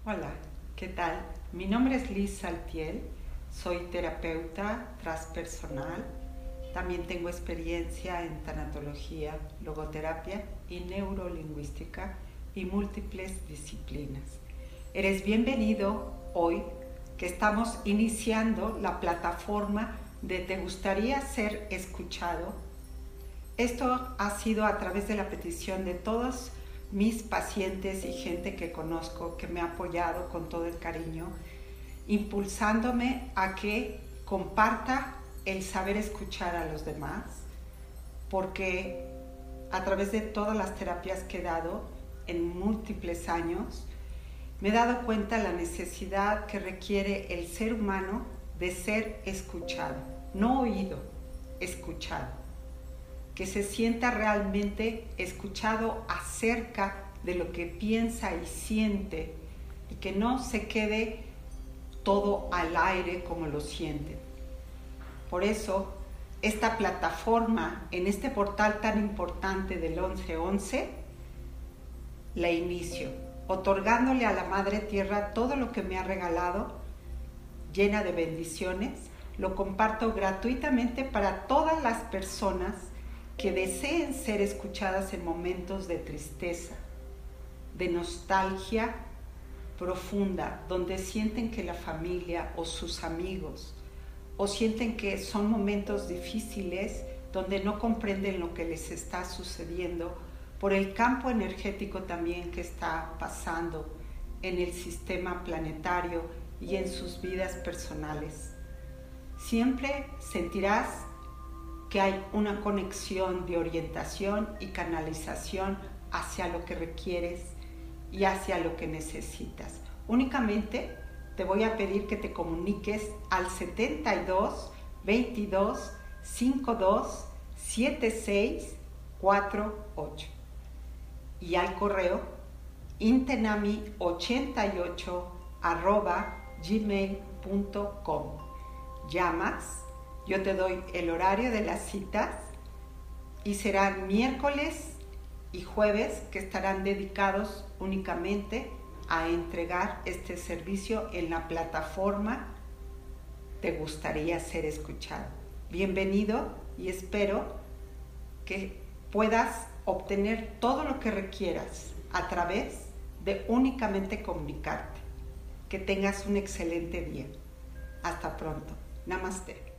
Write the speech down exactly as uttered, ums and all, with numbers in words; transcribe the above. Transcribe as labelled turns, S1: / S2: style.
S1: Hola, ¿qué tal? Mi nombre es Liz Saltiel, soy terapeuta transpersonal, también tengo experiencia en tanatología, logoterapia y neurolingüística y múltiples disciplinas. Eres bienvenido hoy que estamos iniciando la plataforma de ¿Te gustaría ser escuchado? Esto ha sido a través de la petición de todos mis pacientes y gente que conozco que me ha apoyado con todo el cariño, impulsándome a que comparta el saber escuchar a los demás, porque a través de todas las terapias que he dado en múltiples años, me he dado cuenta de la necesidad que requiere el ser humano de ser escuchado, no oído, escuchado. Que se sienta realmente escuchado acerca de lo que piensa y siente y que no se quede todo al aire como lo sienten. Por eso, esta plataforma en este portal tan importante del once once, la inicio, otorgándole a la Madre Tierra todo lo que me ha regalado, llena de bendiciones. Lo comparto gratuitamente para todas las personas que deseen ser escuchadas en momentos de tristeza, de nostalgia profunda, donde sienten que la familia o sus amigos, o sienten que son momentos difíciles donde no comprenden lo que les está sucediendo por el campo energético también que está pasando en el sistema planetario y en sus vidas personales. Siempre sentirás que hay una conexión de orientación y canalización hacia lo que requieres y hacia lo que necesitas. Únicamente te voy a pedir que te comuniques al setenta y dos, veintidós, cincuenta y dos, setenta y seis, cuarenta y ocho y al correo intenami ochenta y ocho arroba gmail punto com. Llamas. Yo te doy el horario de las citas y serán miércoles y jueves que estarán dedicados únicamente a entregar este servicio en la plataforma Te gustaría ser escuchado. Bienvenido y espero que puedas obtener todo lo que requieras a través de únicamente comunicarte. Que tengas un excelente día. Hasta pronto. Namaste.